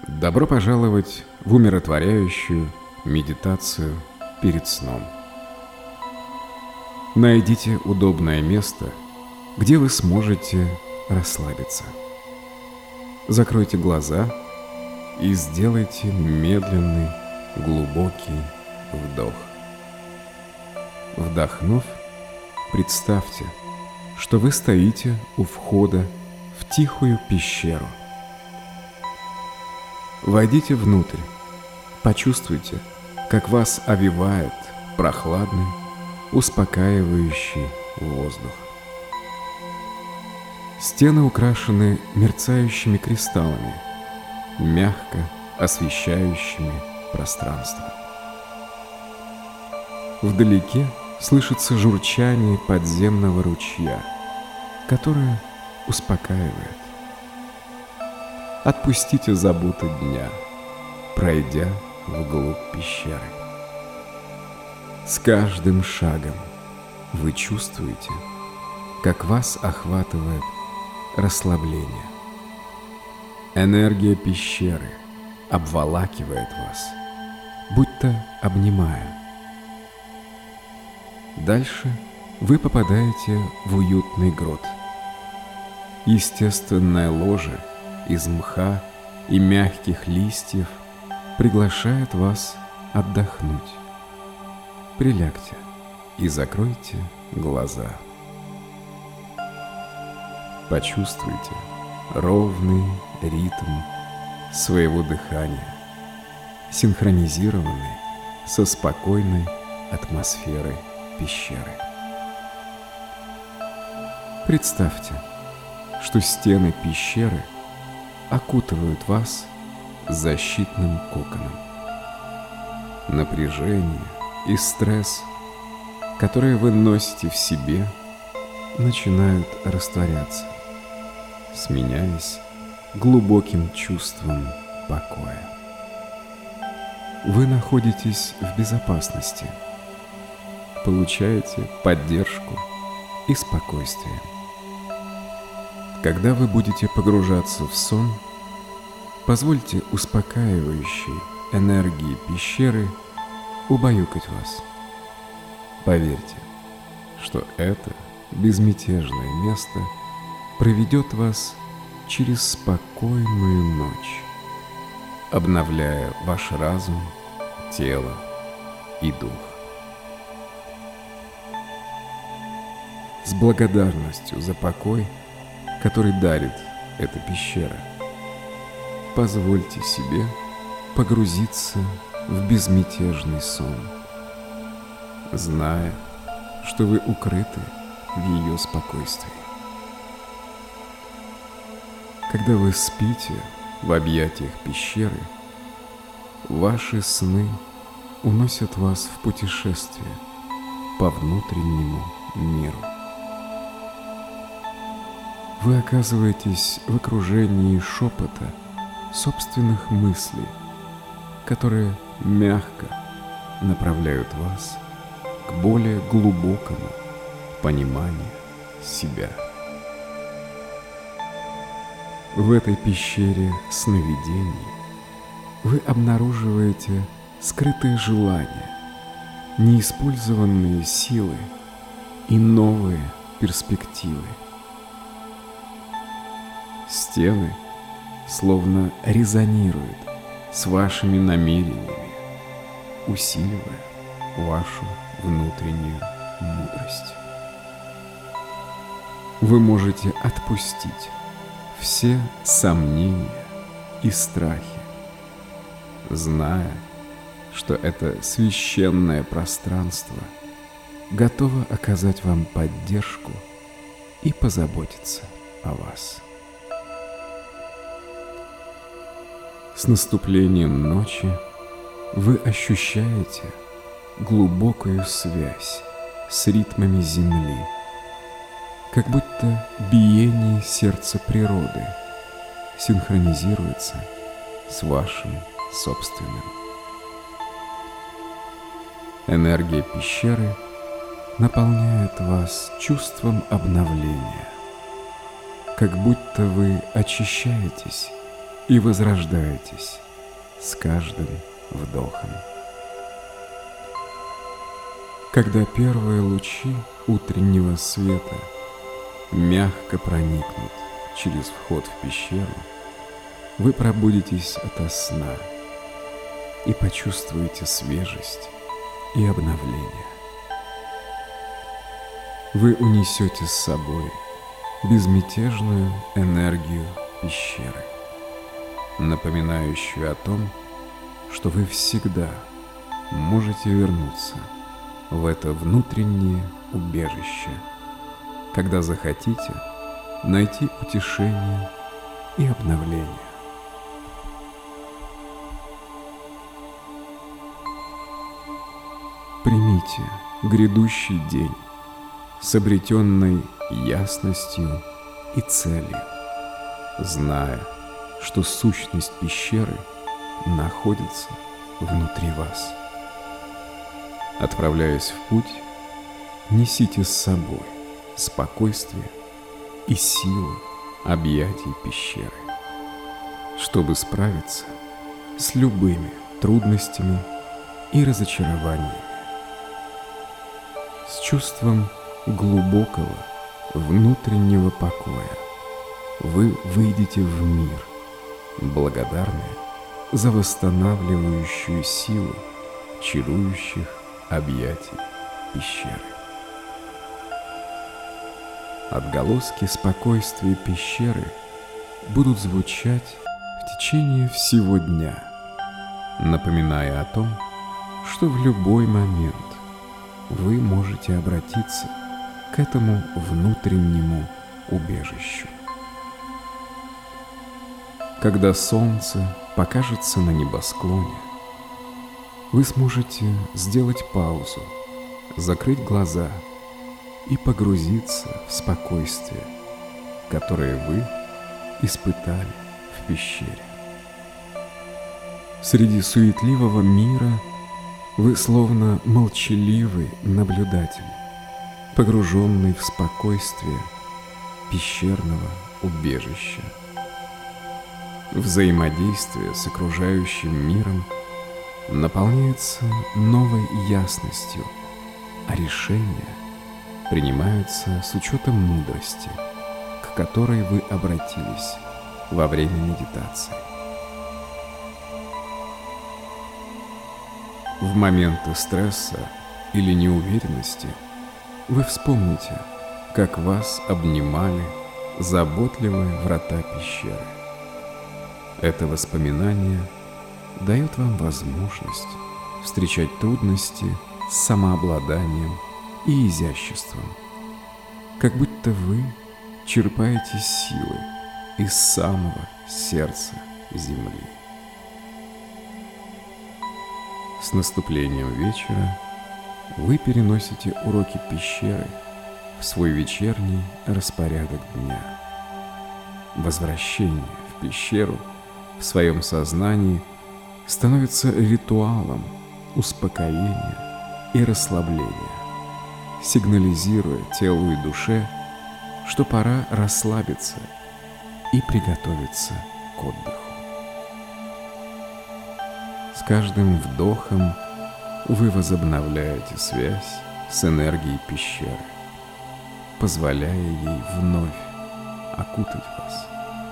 Добро пожаловать в умиротворяющую медитацию перед сном. Найдите удобное место, где вы сможете расслабиться. Закройте глаза и сделайте медленный, глубокий вдох. Вдохнув, представьте, что вы стоите у входа в тихую пещеру. Войдите внутрь, почувствуйте, как вас овевает прохладный, успокаивающий воздух. Стены украшены мерцающими кристаллами, мягко освещающими пространство. Вдалеке слышится журчание подземного ручья, которое успокаивает. Отпустите заботы дня, пройдя вглубь пещеры. С каждым шагом вы чувствуете, как вас охватывает расслабление. Энергия пещеры обволакивает вас, будто обнимая. Дальше вы попадаете в уютный грот. Естественное ложе из мха и мягких листьев приглашает вас отдохнуть. Прилягте и закройте глаза. Почувствуйте ровный ритм своего дыхания, синхронизированный со спокойной атмосферой пещеры. Представьте, что стены пещеры окутывают вас защитным коконом. Напряжение и стресс, которые вы носите в себе, начинают растворяться, сменяясь глубоким чувством покоя. Вы находитесь в безопасности, получаете поддержку и спокойствие. Когда вы будете погружаться в сон, позвольте успокаивающей энергии пещеры убаюкать вас. Поверьте, что это безмятежное место проведет вас через спокойную ночь, обновляя ваш разум, тело и дух. С благодарностью за покой, который дарит эта пещера, позвольте себе погрузиться в безмятежный сон, зная, что вы укрыты в ее спокойствии. Когда вы спите в объятиях пещеры, ваши сны уносят вас в путешествие по внутреннему миру. Вы оказываетесь в окружении шепота собственных мыслей, которые мягко направляют вас к более глубокому пониманию себя. В этой пещере сновидений вы обнаруживаете скрытые желания, неиспользованные силы и новые перспективы. Стены словно резонируют с вашими намерениями, усиливая вашу внутреннюю мудрость. Вы можете отпустить все сомнения и страхи, зная, что это священное пространство готово оказать вам поддержку и позаботиться о вас. С наступлением ночи вы ощущаете глубокую связь с ритмами Земли, как будто биение сердца природы синхронизируется с вашим собственным. Энергия пещеры наполняет вас чувством обновления, как будто вы очищаетесь и возрождаетесь с каждым вдохом. Когда первые лучи утреннего света мягко проникнут через вход в пещеру, вы пробудитесь ото сна и почувствуете свежесть и обновление. Вы унесете с собой безмятежную энергию пещеры, напоминающую о том, что вы всегда можете вернуться в это внутреннее убежище, когда захотите найти утешение и обновление. Примите грядущий день с обретенной ясностью и целью, зная, что сущность пещеры находится внутри вас. Отправляясь в путь, несите с собой спокойствие и силу объятий пещеры, чтобы справиться с любыми трудностями и разочарованиями. С чувством глубокого внутреннего покоя вы выйдете в мир, благодарные за восстанавливающую силу чарующих объятий пещеры. Отголоски спокойствия пещеры будут звучать в течение всего дня, напоминая о том, что в любой момент вы можете обратиться к этому внутреннему убежищу. Когда солнце покажется на небосклоне, вы сможете сделать паузу, закрыть глаза и погрузиться в спокойствие, которое вы испытали в пещере. Среди суетливого мира вы словно молчаливый наблюдатель, погруженный в спокойствие пещерного убежища. Взаимодействие с окружающим миром наполняется новой ясностью, а решения принимаются с учетом мудрости, к которой вы обратились во время медитации. В моменты стресса или неуверенности вы вспомните, как вас обнимали заботливые врата пещеры. Это воспоминание дает вам возможность встречать трудности с самообладанием и изяществом, как будто вы черпаете силы из самого сердца земли. С наступлением вечера вы переносите уроки пещеры в свой вечерний распорядок дня. Возвращение в пещеру в своем сознании становится ритуалом успокоения и расслабления, сигнализируя телу и душе, что пора расслабиться и приготовиться к отдыху. С каждым вдохом вы возобновляете связь с энергией пещеры, позволяя ей вновь окутать вас.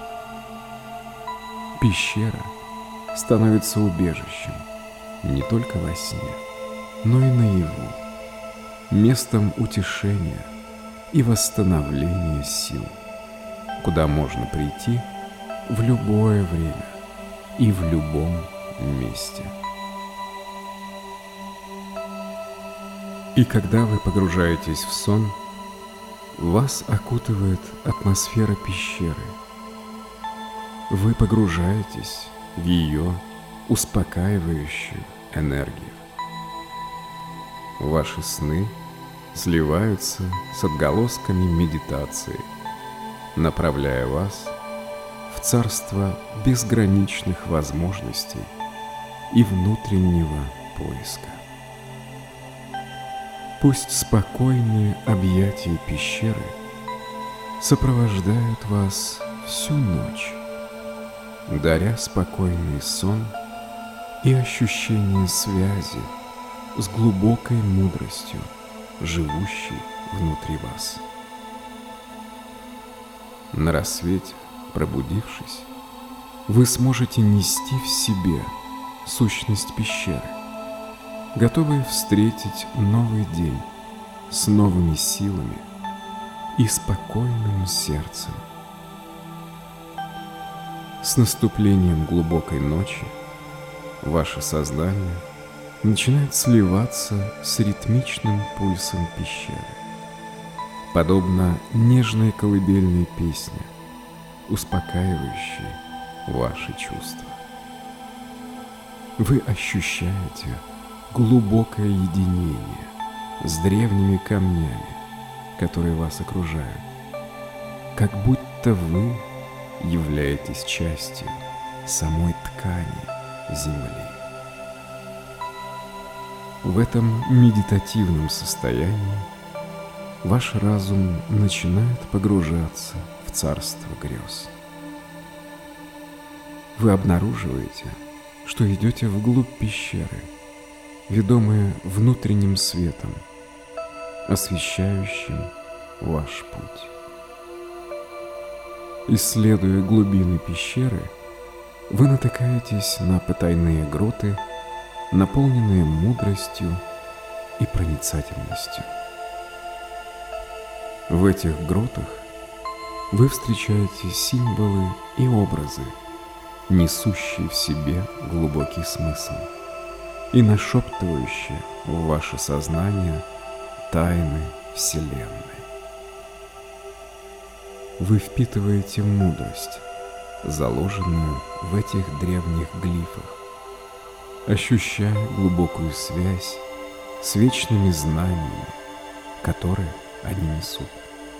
Пещера становится убежищем не только во сне, но и наяву, местом утешения и восстановления сил, куда можно прийти в любое время и в любом месте. И когда вы погружаетесь в сон, вас окутывает атмосфера пещеры. Вы погружаетесь в ее успокаивающую энергию. Ваши сны сливаются с отголосками медитации, направляя вас в царство безграничных возможностей и внутреннего поиска. Пусть спокойные объятия пещеры сопровождают вас всю ночь, даря спокойный сон и ощущение связи с глубокой мудростью, живущей внутри вас. На рассвете, пробудившись, вы сможете нести в себе сущность пещеры, готовые встретить новый день с новыми силами и спокойным сердцем. С наступлением глубокой ночи ваше сознание начинает сливаться с ритмичным пульсом пещеры, подобно нежной колыбельной песне, успокаивающей ваши чувства. Вы ощущаете глубокое единение с древними камнями, которые вас окружают, как будто вы являетесь частью самой ткани Земли. В этом медитативном состоянии ваш разум начинает погружаться в царство грез. Вы обнаруживаете, что идете вглубь пещеры, ведомые внутренним светом, освещающим ваш путь. Исследуя глубины пещеры, вы натыкаетесь на потайные гроты, наполненные мудростью и проницательностью. В этих гротах вы встречаете символы и образы, несущие в себе глубокий смысл и нашептывающие в ваше сознание тайны Вселенной. Вы впитываете мудрость, заложенную в этих древних глифах, ощущая глубокую связь с вечными знаниями, которые они несут.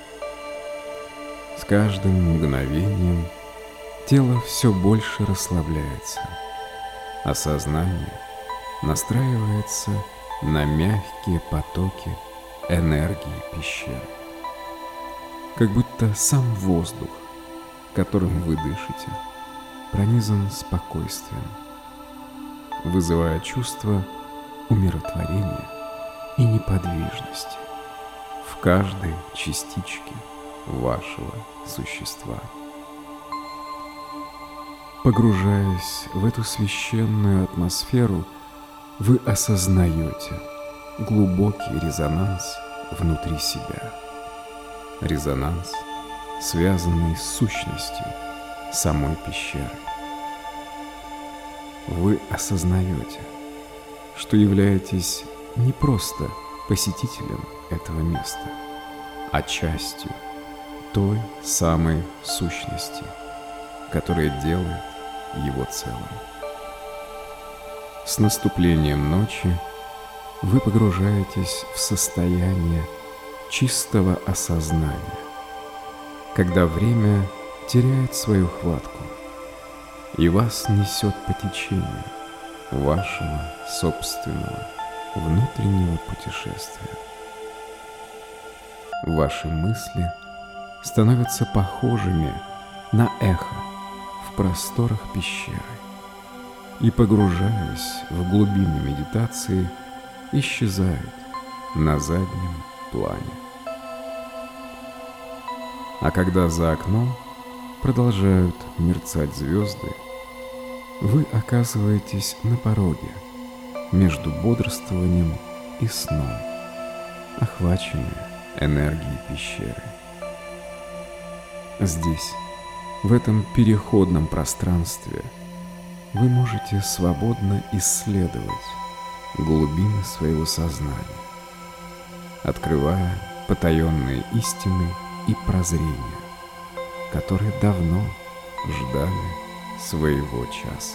С каждым мгновением тело все больше расслабляется, а сознание настраивается на мягкие потоки энергии пещеры. Как будто сам воздух, которым вы дышите, пронизан спокойствием, вызывая чувство умиротворения и неподвижности в каждой частичке вашего существа. Погружаясь в эту священную атмосферу, вы осознаете глубокий резонанс внутри себя. Резонанс, связанный с сущностью самой пещеры. Вы осознаете, что являетесь не просто посетителем этого места, а частью той самой сущности, которая делает его целым. С наступлением ночи вы погружаетесь в состояние чистого осознания, когда время теряет свою хватку, и вас несет по течению вашего собственного внутреннего путешествия. Ваши мысли становятся похожими на эхо в просторах пещеры, и, погружаясь в глубины медитации, исчезают на заднем плане. А когда за окном продолжают мерцать звезды, вы оказываетесь на пороге между бодрствованием и сном, охваченные энергией пещеры. Здесь, в этом переходном пространстве, вы можете свободно исследовать глубины своего сознания, открывая потаенные истины и прозрения, которые давно ждали своего часа.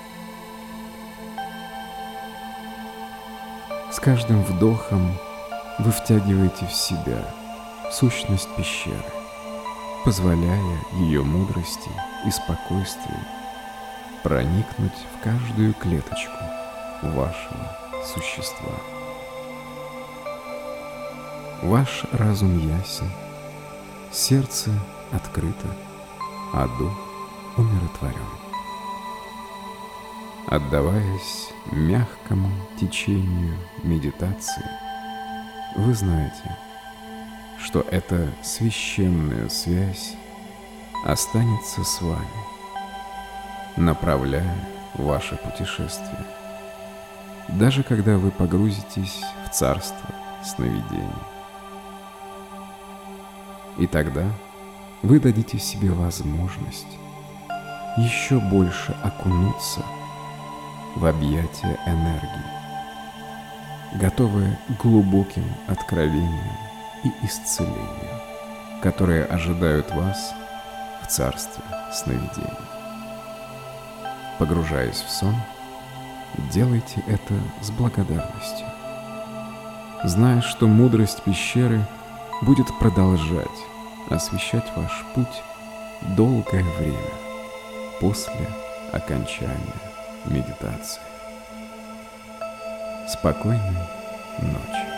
С каждым вдохом вы втягиваете в себя сущность пещеры, позволяя ее мудрости и спокойствию проникнуть в каждую клеточку вашего существа. Ваш разум ясен, сердце открыто, а дух умиротворен. Отдаваясь мягкому течению медитации, вы знаете, что эта священная связь останется с вами, направляя ваше путешествие, даже когда вы погрузитесь в царство сновидений. И тогда вы дадите себе возможность еще больше окунуться в объятия энергии, готовые к глубоким откровениям и исцелению, которые ожидают вас в царстве сновидений. Погружаясь в сон, делайте это с благодарностью, зная, что мудрость пещеры будет продолжать освещать ваш путь долгое время после окончания медитации. Спокойной ночи.